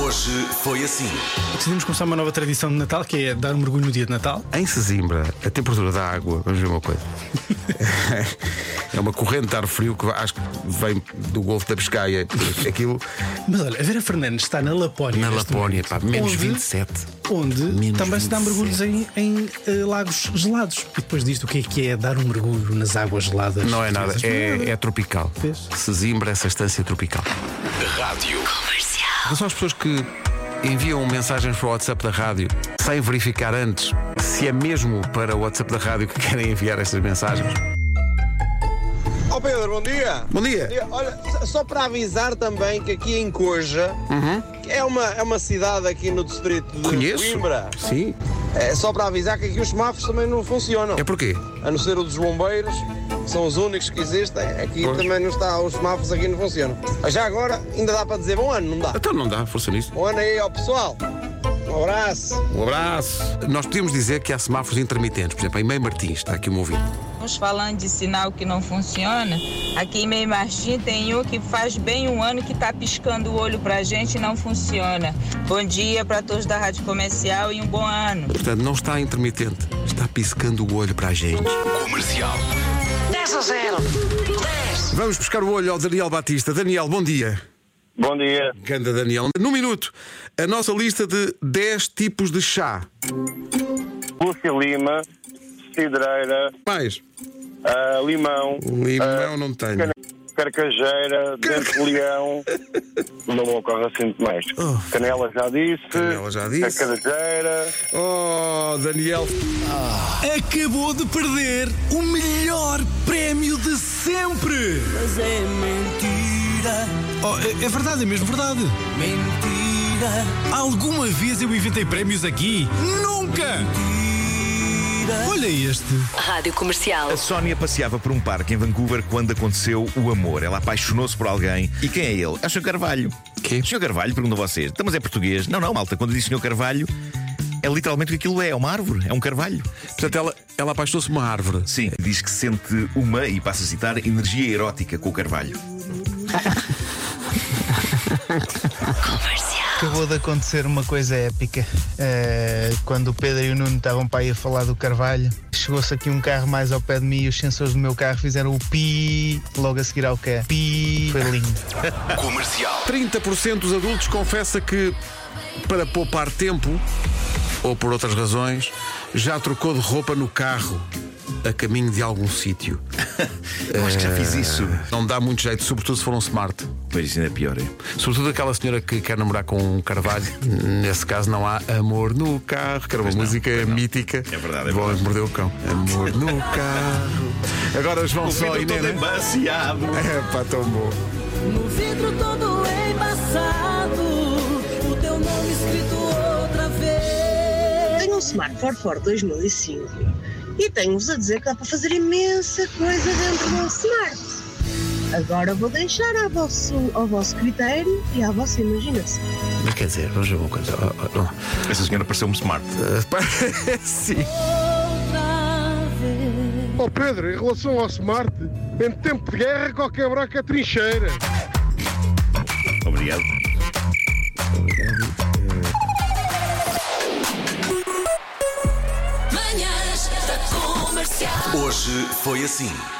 Hoje foi assim. Decidimos começar uma nova tradição de Natal, que é dar um mergulho no dia de Natal. Em Sesimbra, a temperatura da água, vamos ver uma coisa. É uma corrente de ar frio que acho que vem do Golfo da Biscaia. Aquilo. Mas olha, a Vera Fernandes está na Lapónia. Na neste Lapónia, momento, pá, menos onde- 27. Onde Menos também se dá 27. mergulhos em lagos gelados. E depois disto, o que é dar um mergulho nas águas geladas? Não é nada, é tropical. Vês? Sesimbra, essa estância tropical. Rádio. São as pessoas que enviam mensagens para o WhatsApp da rádio sem verificar antes se é mesmo para o WhatsApp da rádio que querem enviar estas mensagens. Ó Pedro, bom dia. Bom dia. Olha, só para avisar também que aqui em Coja que é uma cidade aqui no distrito de Conheço. Coimbra. Sim. É só para avisar que aqui os semáforos também não funcionam. É porquê? A não ser o dos bombeiros, que são os únicos que existem. Aqui Pois. também não está, os semáforos aqui não funcionam. Mas já agora ainda dá para dizer bom ano, não dá? Então não dá, força nisso. Bom ano aí ao pessoal. Um abraço. Um abraço. Nós podíamos dizer que há semáforos intermitentes. Por exemplo, em Meio Martins, está aqui um ouvinte. Estamos falando de sinal que não funciona. Aqui em Meio Martim tem um que faz bem um ano que está piscando o olho pra gente e não funciona. Bom dia para todos da Rádio Comercial e um bom ano. Portanto, não está intermitente, está piscando o olho para a gente. Comercial. 10-0. 10. Vamos buscar o olho ao Daniel Batista. Daniel, bom dia. Bom dia. Ganda Daniel. No minuto, a nossa lista de 10 tipos de chá. Lúcia Lima, cidreira, Mais. limão, Limão não tenho. carcajeira, dente de leão, não me ocorre assim muito mais. Canela já disse, Canela já disse. cacarejeira. Oh, Daniel. Acabou de perder o melhor prémio de sempre. Mas é mentira, Oh, é verdade, é mesmo verdade. mentira, Alguma vez eu inventei prémios aqui? Nunca! mentira. Olha este. Rádio Comercial. A Sónia passeava por um parque em Vancouver quando aconteceu o amor. Ela apaixonou-se por alguém. E quem é ele? É o Sr. Carvalho. Quê? Sr. Carvalho, perguntam vocês. Então, mas é português? Não, malta. Quando diz Sr. Carvalho, é literalmente o que aquilo é. É uma árvore. É um carvalho. Portanto, ela apaixonou-se por uma árvore. Sim, diz que sente uma, e passa a citar, energia erótica com o carvalho. Acabou de acontecer uma coisa épica. Quando o Pedro e o Nuno estavam para aí a falar do Carvalho, chegou-se aqui um carro mais ao pé de mim e os sensores do meu carro fizeram o pi logo a seguir ao que é. Pi. Foi lindo. Comercial. 30% dos adultos confessa que, para poupar tempo, ou por outras razões, já trocou de roupa no carro a caminho de algum sítio. Eu acho que já fiz isso. Não dá muito jeito, sobretudo se for um smart. Pois isso ainda é pior, é? Sobretudo aquela senhora que quer namorar com um Carvalho. Nesse caso não há amor no carro, que era uma música mítica. É verdade, é Bom, verdade. mordeu o cão. Amor no carro. Agora João Só e Nena. embaciado. É pá, tão bom. No vidro todo embaçado, o teu nome escrito outra vez. Tenho um Smart 44 2005 e tenho-vos a dizer que dá para fazer imensa coisa dentro do Smart. Agora vou deixar ao vosso critério e à vossa imaginação. Mas quer dizer, vamos ver uma coisa. Essa senhora pareceu-me smart. Sim. Outra vez. Ó Pedro, em relação ao Smart, em tempo de guerra qualquer buraco é trincheira. Obrigado. Manhãs da Comercial. Hoje foi assim.